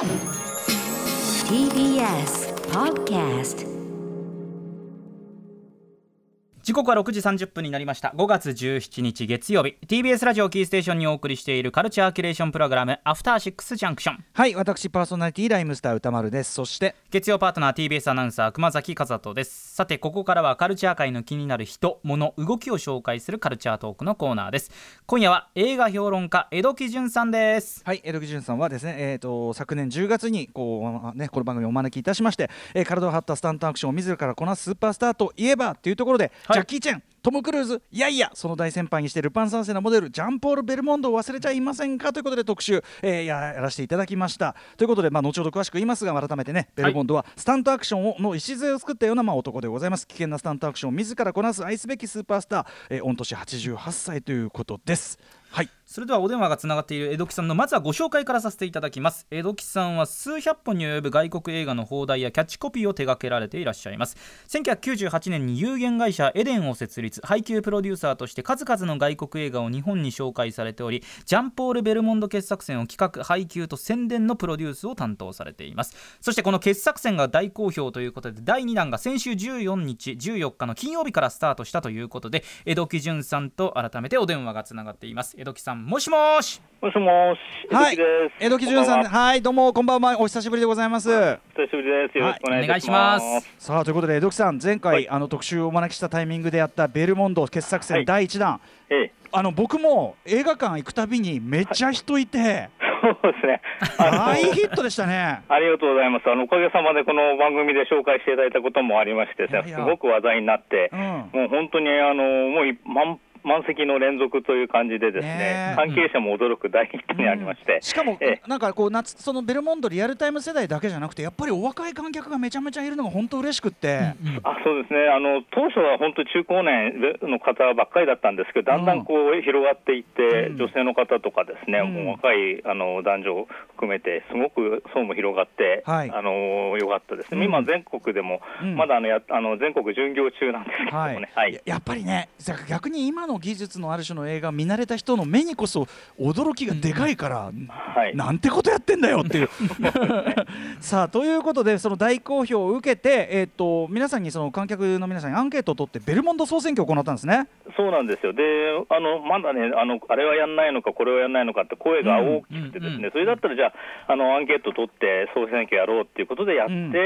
TBS Podcast。 時刻は6時30分になりました。5月17日月曜日、 TBS ラジオキーステーションにお送りしているカルチャーキュレーションプログラム、アフターシックスジャンクション。 はい、私パーソナリティライムスター歌丸です。そして月曜パートナー TBS アナウンサー熊崎和人です。さて、ここからはカルチャー界の気になる人物動きを紹介するカルチャートークのコーナーです。今夜は映画評論家江戸木潤さんです。 はい、江戸木潤さんはですね、昨年10月にこの番組をお招きいたしまして、体を張ったスタントアクションを自らこなすスーパースターといえばというところで、 はい、 ジャッキー・チェン、トム・クルーズ、いやいやその大先輩にしてルパン三世のモデルジャンポール・ベルモンドを忘れちゃいませんかということで特集、やらせていただきました。ということで、後ほど詳しく言いますが、改めてね、ベルモンドはスタントアクションの礎を作ったような男でございます。危険なスタントアクションを自らこなす愛すべきスーパースター、御年88歳ということです。はい、 それではお電話がつながっている江戸木さんのまずはご紹介からさせていただきます。江戸木さんは数百本に及ぶ外国映画の邦題やキャッチコピーを手掛けられていらっしゃいます。1998年に有限会社エデンを設立、配給プロデューサーとして数々の外国映画を日本に紹介されており、ジャンポール・ベルモンド傑作選を企画、配給と宣伝のプロデュースを担当されています。そしてこの傑作選が大好評ということで、第2弾が先週14日14日の金曜日からスタートしたということで、江戸木潤さんと改めてお電話がつながっています。江戸木さん、もしもーし。 もしもし、 はい、江戸木潤さん、 はい、どうもこんばんは、お久しぶりでございます。 久しぶりです。よろしくお願いします。 さあ、ということで江戸木さん、前回、特集をお招きしたタイミングでやったベルモンド傑作選第1弾、僕も映画館行くたびにめっちゃ人いて、 そうですね、 大ヒットでしたね。 ありがとうございます。おかげさまでこの番組で紹介していただいたこともありましてですね、すごく話題になって、もう本当にもう満席の連続という感じでですね、関係者も驚く大ヒットになりまして、 しかもなんかそのベルモンドリアルタイム世代だけじゃなくて、やっぱりお若い観客がめちゃめちゃいるのが本当嬉しくって、 そうですね、当初は本当中高年の方ばっかりだったんですけど、だんだん広がっていって、女性の方とかですね、もう若い男女を含めてすごく層も広がって、よかったですね。今全国でもまだ全国巡業中なんですけどもね、 やっぱりね、逆に今の技術のある種の映画見慣れた人の目にこそ驚きがでかいから、なんてことやってんだよっていうさあ、ということでその大好評を受けて、皆さんに、その観客の皆さんにアンケートを取ってベルモンド総選挙を行ったんですね。 そうなんですよ。で、まだね、あれはやんないのかこれはやんないのかって声が大きくてですね、それだったらじゃあ、アンケート取って総選挙やろうっていうことでやって、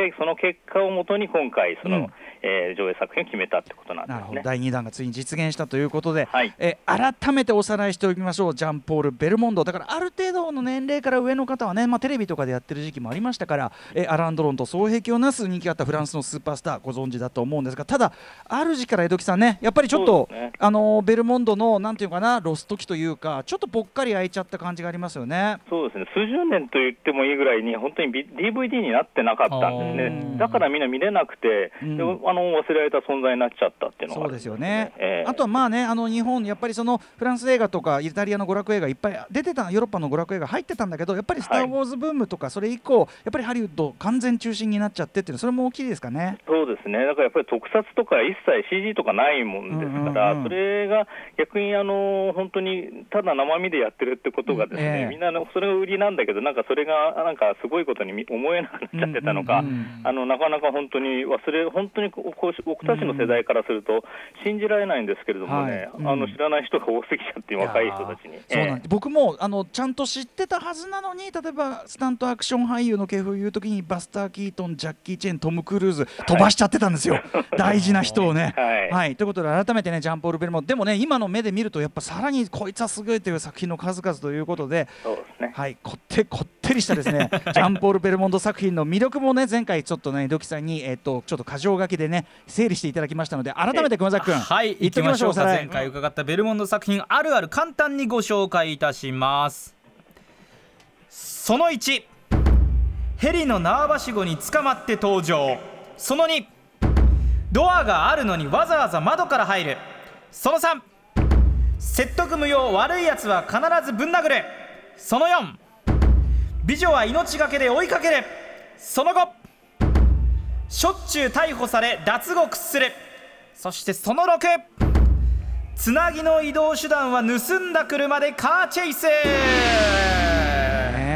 その結果をもとに今回上映作品を決めたってことなんですね。 なるほど、第2弾がついに実現したということで、 はい、 改めておさらいしておきましょう。ジャンポール・ベルモンドだから、ある程度の年齢から上の方はね、テレビとかでやってる時期もありましたから、アラン・ドロンと双璧をなす人気があったフランスのスーパースターご存知だと思うんですが、ただある時から江戸木さんね、やっぱりちょっと、ベルモンドのなんていうかな、ロスト期というか、ちょっとぽっかり開いちゃった感じがありますよね。 そうですね、数十年と言ってもいいぐらいに本当に DVD になってなかったんですね。だからみんな見れなくて、忘れられた存在になっちゃったっていうのが、 そうですよね。あとは日本やっぱりそのフランス映画とかイタリアの娯楽映画いっぱい出てた、ヨーロッパの娯楽映画入ってたんだけど、やっぱりスター・ウォーズブームとかそれ以降、やっぱりハリウッド完全中心になっちゃってっていうの、それも大きいですかね。 そうですね、だからやっぱり特撮とか一切 CG とかないもんですから、それが逆に本当にただ生身でやってるってことがですね、みんなそれが売りなんだけど、なんかそれがなんかすごいことに思えなくなっちゃってたのか、なかなか本当に本当に僕たちの世代からすると信じられないんですけれどもね、知らない人が多すぎちゃって、若い人たちに。 そうなんで、僕もちゃんと知ってたはずなのに、例えばスタントアクション俳優の系譜を言うときにバスター・キートン、ジャッキー・チェン、トム・クルーズ飛ばしちゃってたんですよ、大事な人をね。ということで改めてね、ジャンポール・ベルモンドでもね、今の目で見るとやっぱさらにこいつはすごいという作品の数々ということで、 そうですね、 こってりしたですねジャンポール・ベルモンド作品の魅力もね、前回ちょっとね、江戸木さんにちょっと箇条書きでね整理していただきましたので、改めて熊崎君、 言ってみましょうか。前回伺ったベルモンド作品あるある簡単にご紹介いたします。その1、ヘリの縄ばしごに捕まって登場。その2、ドアがあるのにわざわざ窓から入る。その3、説得無用、悪いやつは必ずぶん殴る。その4、美女は命がけで追いかける。その5、しょっちゅう逮捕され脱獄する。そしてその6、つなぎの移動手段は盗んだ車でカーチェイス。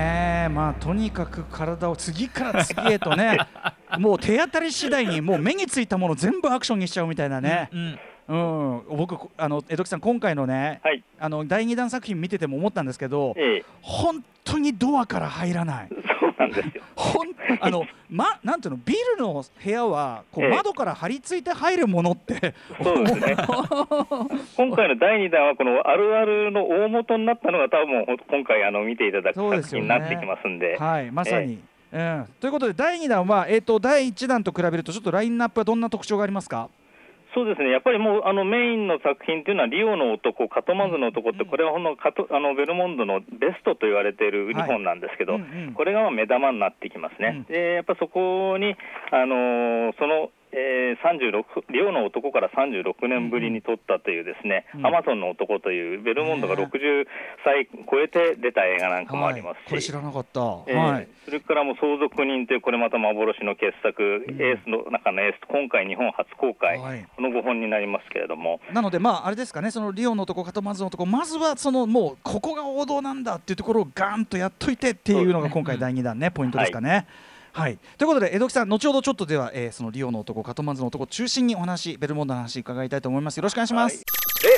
まあとにかく体を次から次へとねもう手当たり次第にもう目についたもの全部アクションにしちゃうみたいなね、僕江戸木さん今回のね、 はい、 第2弾作品見てても思ったんですけど、本当にドアから入らない。 そうなんですよなんていうの、ビルの部屋はこう窓から張り付いて入るものってそうですね今回の第2弾はこのあるあるの大元になったのが多分今回見ていただく作品になってきますんで、 はい、まさに、ということで第2弾は、第1弾と比べるとちょっとラインナップはどんな特徴がありますか？ そうですね、やっぱりもうメインの作品というのはリオの男、カトマズの男って、これはベルモンドのベストと言われている2本なんですけど、これが目玉になってきますね。でやっぱそこにそのリオの男から36年ぶりに撮ったというですね、アマゾンの男というベルモンドが60歳超えて出た映画なんかもありますし、 これ知らなかった、 それからもう相続人というこれまた幻の傑作、エースの中のエース、今回日本初公開、この5本になりますけれども、 なのであれですかね、そのリオの男、カトマズの男、まずはそのもうここが王道なんだっていうところをガーンとやっといてっていうのが今回第2弾ね、ポイントですかね。はい、ということで江戸木さん、後ほどちょっとでは、そのリオの男、カトマンズの男中心にお話、ベルモンドの話伺いたいと思います。よろしくお願いします。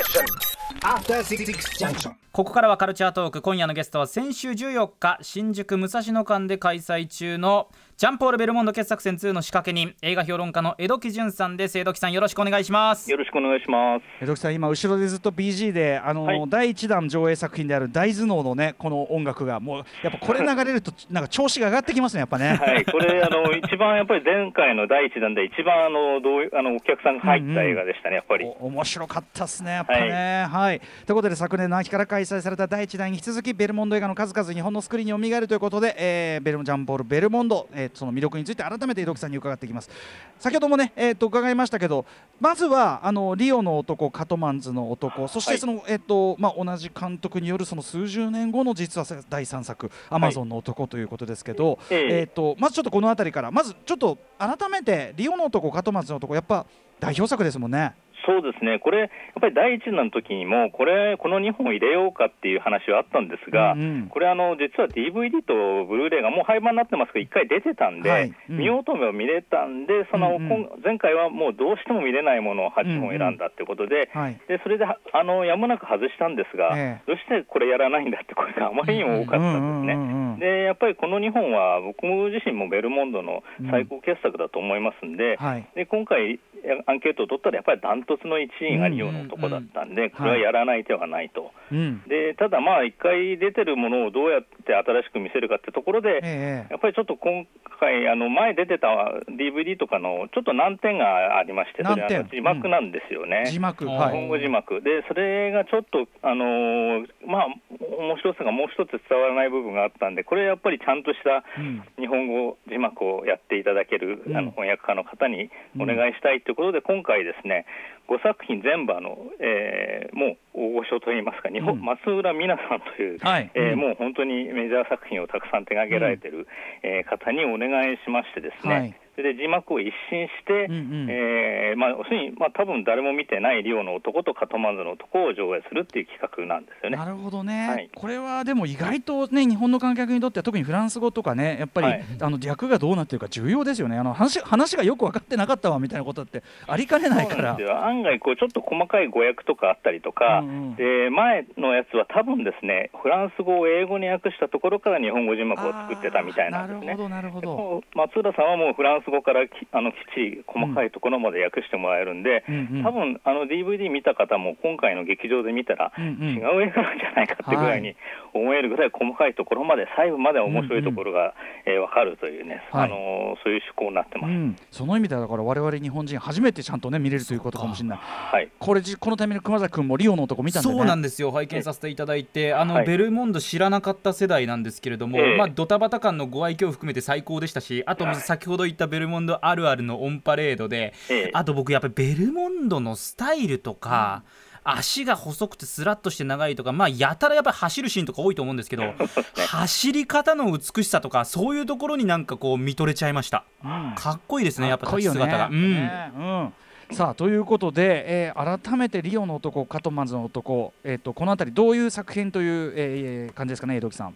ここからはカルチャートーク。今夜のゲストは先週14日新宿武蔵野館で開催中のジャンポール・ベルモンド傑作選2の仕掛け人、映画評論家の江戸木潤さんです。江戸木さん、よろしくお願いします。 よろしくお願いします。 江戸木さん、今後ろでずっと BG で第1弾上映作品である大頭脳のね、この音楽がもうやっぱこれ流れるとなんか調子が上がってきますね、やっぱね。 はい、これ一番やっぱり前回の第1弾で一番お客さんが入った映画でしたね、やっぱり。 面白かったですね、やっぱね。はい、ということで昨年の秋から開催された第1弾に引き続きベルモンド映画の数々日本のスクリーンに蘇るということで、ジャンポール・ベルモンド、その魅力について改めて江戸木さんに伺っていきます。先ほどもね、伺いましたけど、まずはリオの男、カトマンズの男、そしてその、同じ監督によるその数十年後の実は第3作アマゾンの男ということですけど、まずちょっとこの辺りから、まずちょっと改めてリオの男、カトマンズの男、やっぱ代表作ですもんね。 そうですね、これやっぱり第1弾の時にもこの2本入れようかっていう話はあったんですが、これ実は DVD とブルーレイがもう廃盤になってますけど1回出てたんで、見ようと思えば見れたんで、前回はもうどうしても見れないものを8本選んだってことで、それでやむなく外したんですが、どうしてこれやらないんだって声があまりにも多かったんですね。でやっぱりこの2本は僕自身もベルモンドの最高傑作だと思いますんで、今回アンケートを取ったらやっぱりダントツの1位がリオの男だったんで、これはやらない手はないと。でただ1回出てるものをどうやって新しく見せるかってところで、やっぱりちょっと今回前出てた DVD とかのちょっと難点がありまして、それは字幕なんですよね。 字幕、 日本語字幕で、それがちょっと面白さがもう一つ伝わらない部分があったんで、これやっぱりちゃんとした日本語字幕をやっていただける翻訳家の方にお願いしたいということで、今回ですね5作品全部もう大御所といいますか、松浦美奈さんという、もう本当にメジャー作品をたくさん手掛けられている、方にお願いしましてですね、それで字幕を一新して、要するに多分誰も見てないリオの男とカトマンズの男を上映するっていう企画なんですよね。 なるほどね、これはでも意外とね、日本の観客にとっては特にフランス語とかね、やっぱり、略がどうなってるか重要ですよね。話がよく分かってなかったわみたいなことってありかねないから。 案外ちょっと細かい語訳とかあったりとか、で前のやつは多分ですね、フランス語を英語に訳したところから日本語字幕を作ってたみたいなんですね。 なるほど。 松浦さんはもうフランス語からきっちり細かいところまで訳してもらえるんで、多分DVD 見た方も今回の劇場で見たら違う映画なんじゃないかってぐらいに思えるぐらい細かいところまで細部まで面白いところが分かるというね、そういう趣向になってます。 その意味ではだから我々日本人初めてちゃんとね見れるということかもしれない。このために熊崎君もリオの男見たんでね。 そうなんですよ、拝見させていただいて、ベルモンド知らなかった世代なんですけれども、ドタバタ感のご愛嬌を含めて最高でしたし、あと先ほど言ったベルモンドあるあるのオンパレードで、あと僕やっぱりベルモンドのスタイルとか、足が細くてスラッとして長いとか、やたらやっぱり走るシーンとか多いと思うんですけど、走り方の美しさとかそういうところになんかこう見とれちゃいました。かっこいいですね、やっぱ立ち姿が。 さあということで、改めてリオの男、カトマンズの男、このあたりどういう作品という、感じですかね、江戸木さん。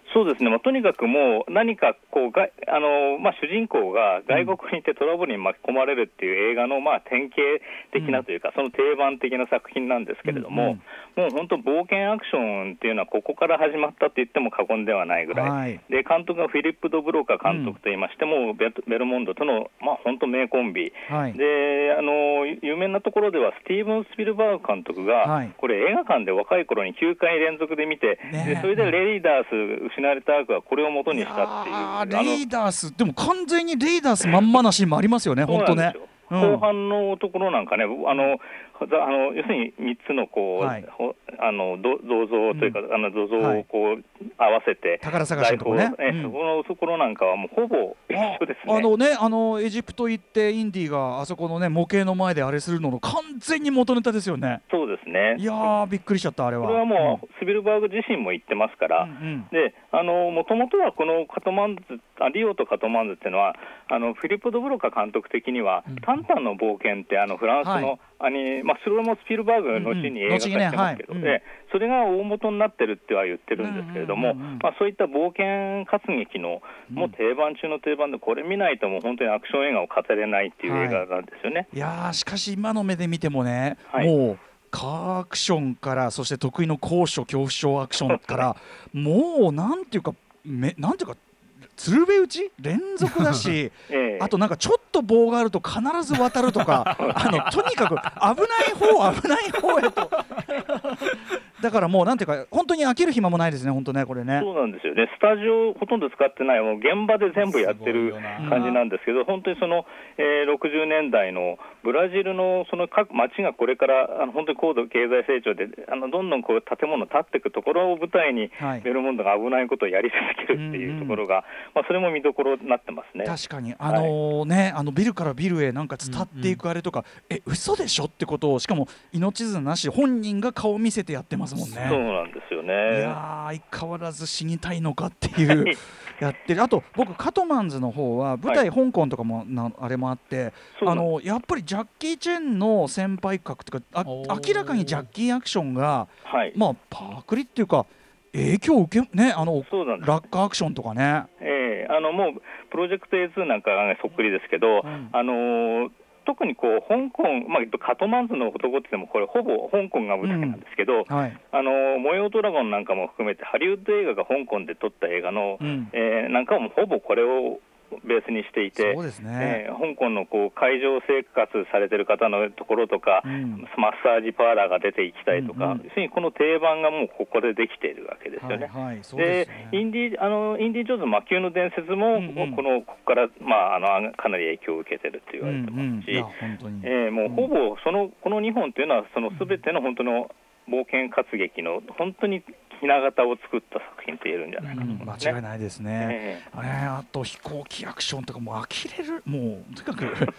そうですね、とにかくもう何かこう主人公が外国にいてトラブルに巻き込まれるっていう映画の典型的なというか、その定番的な作品なんですけれども、もう本当冒険アクションっていうのはここから始まったと言っても過言ではないぐらい、で監督がフィリップ・ドブローカ監督といいましても、ベルモンドとの本当名コンビ、で有名なところではスティーブン・スピルバーグ監督が、これ映画館で若い頃に9回連続で見て、でそれでレイダース失われた悪はこれを元にしたっていう。 レイダースでも完全にレイダースまんまなシーンもありますよね。本当ね。 後半のところなんかね、要するに3つのこう、銅像というか、銅像をこう合わせて宝探しのとこね、 そこのところなんかはもうほぼ一緒ですね。 エジプト行ってインディがあそこのね模型の前であれするのの完全に元ネタですよね。 そうですね。 いやーびっくりしちゃった。あれはこれはもうスピルバーグ自身も言ってますから、でもともとはこのリオとカトマンズっていうのはフィリップ・ドブロカ監督的には、タンタンの冒険ってフランスのそれもスピルバーグの後に映画化してますけど、それが大元になってるっては言ってるんですけれども、そういった冒険活劇のもう定番中の定番で、これ見ないともう本当にアクション映画を語れないっていう映画なんですよね。 いやしかし今の目で見てもね、もうカーアクションから、そして得意の高所恐怖症アクションからもうなんていうか鶴瓶打ち連続だし、あとなんかちょっと棒があると必ず渡るとかとにかく危ない方へとだからもうなんていうか本当に飽きる暇もないですね。本当ねこれね。 そうなんですよね。スタジオほとんど使ってない、もう現場で全部やってる感じなんですけど、本当にその、60年代のブラジルのその各町がこれから本当に高度経済成長でどんどんこう建物建っていくところを舞台に、ベルモンドが危ないことをやり続けるっていうところが、それも見どころになってますね。 確かにビルからビルへなんか伝っていくあれとか、嘘でしょってことを、しかも命綱なし本人が顔見せてやってますもんね。 そうなんですよね。 いや相変わらず死にたいのかっていうやってる。あと僕カトマンズの方は舞台香港とかもあれもあって、やっぱりジャッキー・チェンの先輩格とか明らかにジャッキーアクションが、パクリっていうか影響を受けね、ラッカーアクションとかね、 もうプロジェクト A2 なんかがそっくりですけど、特にこう香港、カトマンズの男って言ってもこれほぼ香港が舞台なんですけど、模様ドラゴンなんかも含めてハリウッド映画が香港で撮った映画の、なんかもほぼこれをベースにしていて、 そうですね、 香港のこう海上生活されてる方のところとか、マッサージパーラーが出ていきたいとか、要するにこの定番がもうここでできているわけですよね。でインディ・ジョーンズ魔球の伝説もここから、かなり影響を受けてると言われてますし、もうほぼこの2本というのはその全ての本当の冒険活劇の本当にひな形を作った作品と言えるんじゃないかと思いますね。 間違いないですね。あと飛行機アクションとかも呆れる、もうとにかく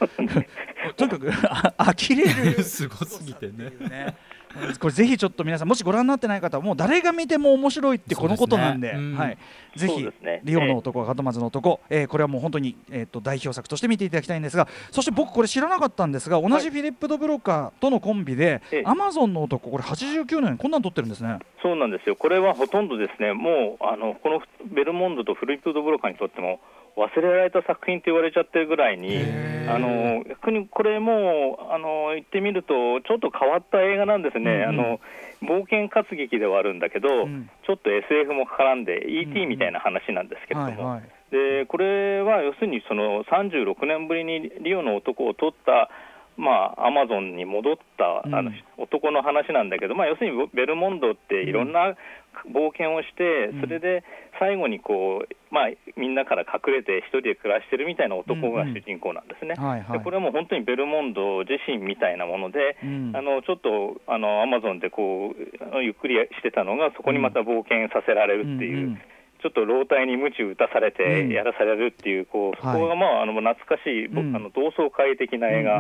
呆れるすごすぎてね。 これぜひちょっと皆さんもしご覧になってない方はもう誰が見ても面白いってこのことなんで、ぜひリオの男カトマンズの男、これはもう本当に、代表作として見ていただきたいんですが、そして僕これ知らなかったんですが、同じフィリップ・ドブロカとのコンビで、アマゾンの男、これ89年こんなの撮ってるんですね。 そうなんですよ。これはほとんどですね、もうこのベルモンドとフィリップ・ドブロカにとっても忘れられた作品って言われちゃってるぐらいに、逆にこれも言ってみるとちょっと変わった映画なんですね。冒険活劇ではあるんだけど、ちょっと SF も絡んで E.T. みたいな話なんですけれども、でこれは要するにその36年ぶりにリオの男を撮ったアマゾンに戻った男の話なんだけど、要するにベルモンドっていろんな冒険をして、それで最後にこう、みんなから隠れて一人で暮らしてるみたいな男が主人公なんですね。でこれはもう本当にベルモンド自身みたいなもので、ちょっとアマゾンでこうゆっくりしてたのがそこにまた冒険させられるっていう、ちょっと老体に鞭打たされてやらされるっていう、そこが懐かしい、同窓会的な映画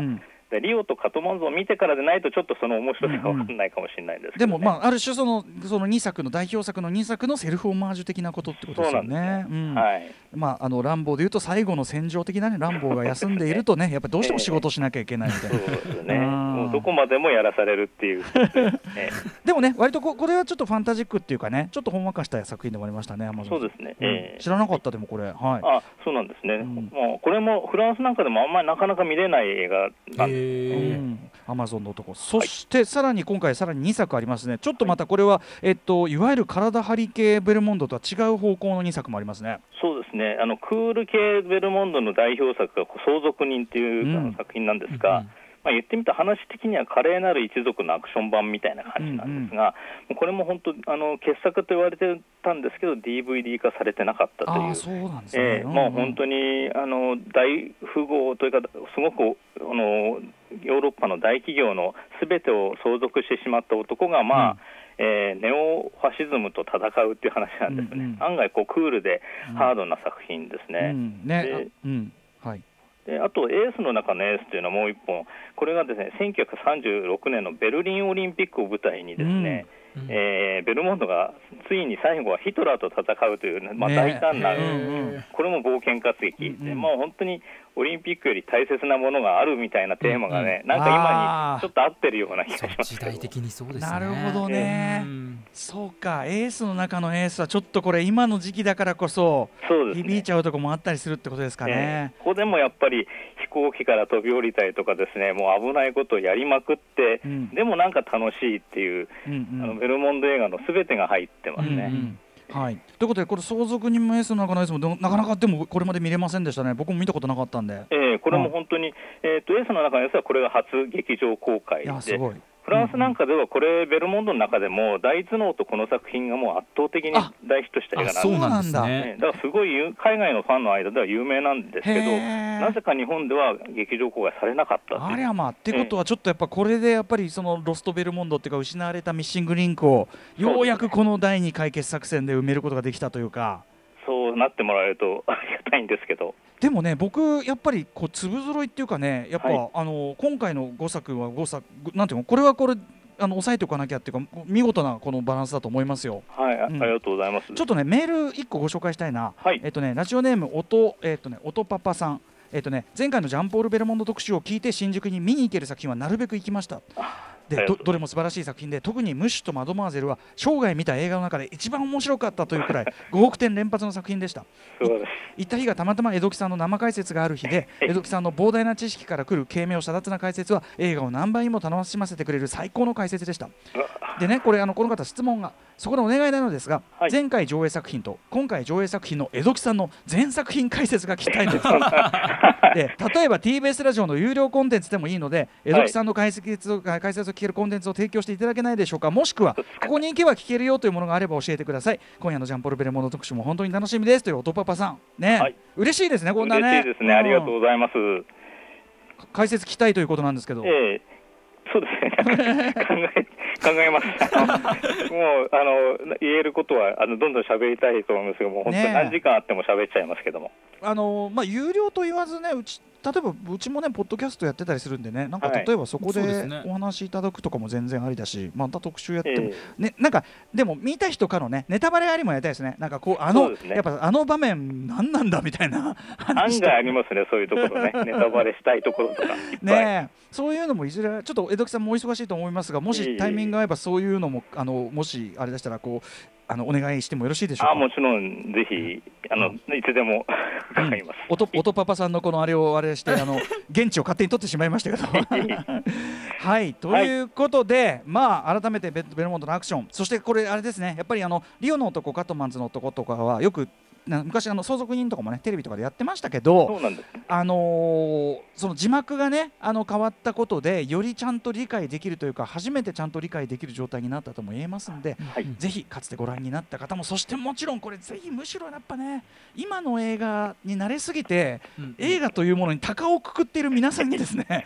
でリオとカトマンズを見てからでないとちょっとその面白さが分かんないかもしれないですけど、ね、 でもある種その2作の代表作の2作のセルフオマージュ的なことってことですよね。はい、ランボーでいうと最後の戦場的なね、ランボーが休んでいるとねやっぱりどうしても仕事しなきゃいけないみたいな、 そうですねもうどこまでもやらされるっていうでもね割とこれはちょっとファンタジックっていうかねちょっとほんわかした作品でもありましたね。 そうですね、 知らなかったでもこれ、 そうなんですね、もうこれもフランスなんかでもあんまりなかなか見れない映画なんですね。 アマゾンのとこ、そしてさらに今回さらに2作ありますね。ちょっとまたこれは、いわゆる体張り系ベルモンドとは違う方向の2作もありますね。 そうですね、クール系ベルモンドの代表作が相続人っていう作品なんですが、言ってみた話的には華麗なる一族のアクション版みたいな感じなんですが、これも本当傑作と言われてたんですけど DVD 化されてなかったという。 そうなんですね。 もう本当に大富豪というかすごくヨーロッパの大企業のすべてを相続してしまった男がネオファシズムと戦うっていう話なんですね。案外クールでハードな作品ですね。であとエースの中のエースというのはもう一本、これがですね1936年のベルリンオリンピックを舞台にですね、ベルモンドがついに最後はヒトラーと戦うという、大胆な、これも冒険活劇で、もう本当にオリンピックより大切なものがあるみたいなテーマがね、なんか今にちょっと合ってるような気がしますけど。 時代的にそうですね。 なるほどね、そうか、エースの中のエースはちょっとこれ今の時期だからこそ響いちゃうとこもあったりするってことですかね。 ここでもやっぱり飛行機から飛び降りたりとかですね、もう危ないことをやりまくって、でもなんか楽しいっていう、ベルモンド映画のすべてが入ってますね。 ということでこれ相続人もエースの中のエースもなかなかでもこれまで見れませんでしたね。僕も見たことなかったんで、 これも本当に、エースの中のエースはこれが初劇場公開で、フランスなんかではこれベルモンドの中でも大頭脳とこの作品がもう圧倒的に大ヒットした映画なんですね。だからすごい海外のファンの間では有名なんですけど、なぜか日本では劇場公開されなかったってことはちょっとやっぱこれでやっぱりそのロストベルモンドっていうか失われたミッシングリンクをようやくこの第2回傑作選で埋めることができたというか、 そうなってもらえるとありがたいんですけど。 でもね僕やっぱり粒揃いっていうかねやっぱ、今回の5作は5作なんていうの、これはこれ抑えておかなきゃっていうか見事なこのバランスだと思いますよ。 ありがとうございます。 ちょっとねメール1個ご紹介したいな。ラジオネーム音パパさん、前回のジャンポール・ベルモンド特集を聞いて新宿に見に行ける作品はなるべく行きました。で どれも素晴らしい作品で、特にムッシュとマドマーゼルは生涯見た映画の中で一番面白かったというくらい5億点連発の作品でした。行った日がたまたま江戸木さんの生解説がある日で、江戸木さんの膨大な知識から来る軽妙遮奪な解説は映画を何倍にも楽しませてくれる最高の解説でした。でねこれこの方質問がそこでお願いなのですが、前回上映作品と今回上映作品の江戸木さんの全作品解説が聞きたいんですで例えば TBS ラジオの有料コンテンツでもいいので江戸木さんの解説を聞けるコンテンツを提供していただけないでしょうか。もしくはここに行けば聞けるよというものがあれば教えてください。今夜のジャンポール・ベルモンド特集も本当に楽しみですという音パパさんね、嬉しいですね。こんなね嬉しいですね、ありがとうございます。 解説聞きたいということなんですけど、 そうですね考えますもう言えることはどんどん喋りたいと思うんですけども、本当に何時間あっても喋っちゃいますけども、 有料と言わずね、例えばうちもねポッドキャストやってたりするんでね、なんか例えばそこでお話しいただくとかも全然ありだし、また特集やっても、なんかでも見た人からのねネタバレありもやりたいですね。なんかこうやっぱ場面何なんだみたいな案外ありますね、そういうところねネタバレしたいところとかね、そういうのもいずれちょっと江戸木さんもお忙しいと思いますが、もしタイミングが合えばそういうのももしあれでしたらお願いしてもよろしいでしょうか。 もちろんぜひいつでも伺います。 音パパさんのこのあれして現地を勝手に取ってしまいましたけどはいということで、改めてベルモンドのアクション、そしてこれあれですね、やっぱりリオの男カットマンズの男とかはよく昔相続人とかもねテレビとかでやってましたけど、 そうなんです。 その字幕がね変わったことでよりちゃんと理解できるというか、初めてちゃんと理解できる状態になったとも言えますので、ぜひかつてご覧になった方も、そしてもちろんこれぜひむしろやっぱね今の映画に慣れすぎて、映画というものに鷹をくくっている皆さんにですね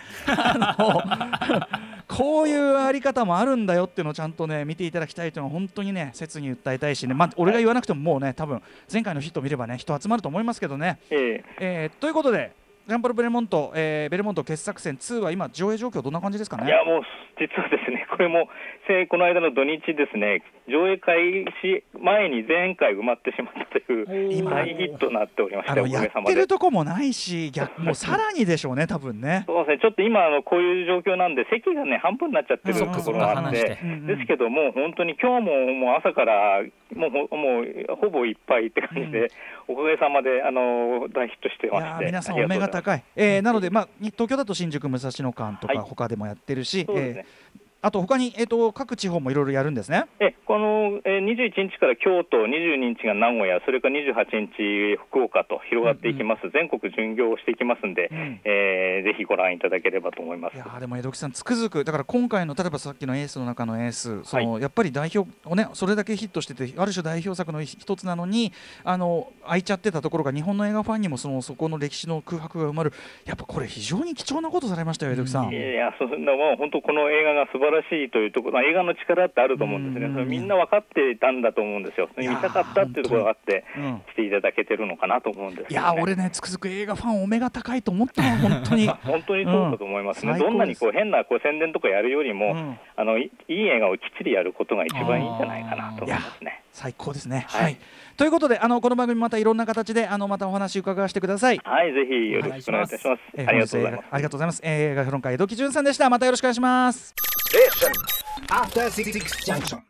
こういうあり方もあるんだよっていうのをちゃんとね見ていただきたいというのは本当にね切に訴えたいしね、俺が言わなくてももうね多分前回のヒットを見ればね人集まると思いますけどね、ということでジャンポール・ベルモント、ベルモント傑作選2は今上映状況どんな感じですかね。 いやもう実はですね、これもこの間の土日ですね、上映開始前に前回埋まってしまったという大ヒットになっておりまして、おかげさまで。 やってるとこもないし、もうさらにでしょうね多分ね。 そうですね、ちょっと今こういう状況なんで席がね半分になっちゃってるところがあって、ですけども本当に今日ももう朝からもうほぼいっぱいって感じで、おかげさまで大ヒットしてまして、 皆さんお目が高い。なので、東京だと新宿武蔵野館とか他でもやってるし、あと他に、各地方もいろいろやるんですね。 この、21日から京都、22日が名古屋、それから28日福岡と広がっていきます。全国巡業をしていきますんで、ぜひご覧いただければと思います。 いやでも江戸木さんつくづくだから今回の例えばさっきのエースの中のエース、やっぱり代表をねそれだけヒットしててある種代表作の一つなのに空いちゃってたところが日本の映画ファンにもそこの歴史の空白が埋まる。やっぱこれ非常に貴重なことされましたよ江戸木さん。 いやそんなもう本当この映画が素晴らしいというところ、映画の力ってあると思うんですね。それみんな分かっていたんだと思うんですよ。見たかったっていうところがあってしていただけてるのかなと思うんですけどね。 いや俺ねつくづく映画ファンお目が高いと思ったの本当に本当にそうだと思いますね。どんなに変な宣伝とかやるよりも、いい映画をきっちりやることが一番いいんじゃないかなと思いますね。 最高ですね。はい、ということでこの番組またいろんな形でまたお話伺わせてください。 はい、ぜひよろしくお願いいたします。ありがとうございます。 ありがとうございます。映画評論家江戸木潤さんでした。またよろしくお願いします。 After 66 junction.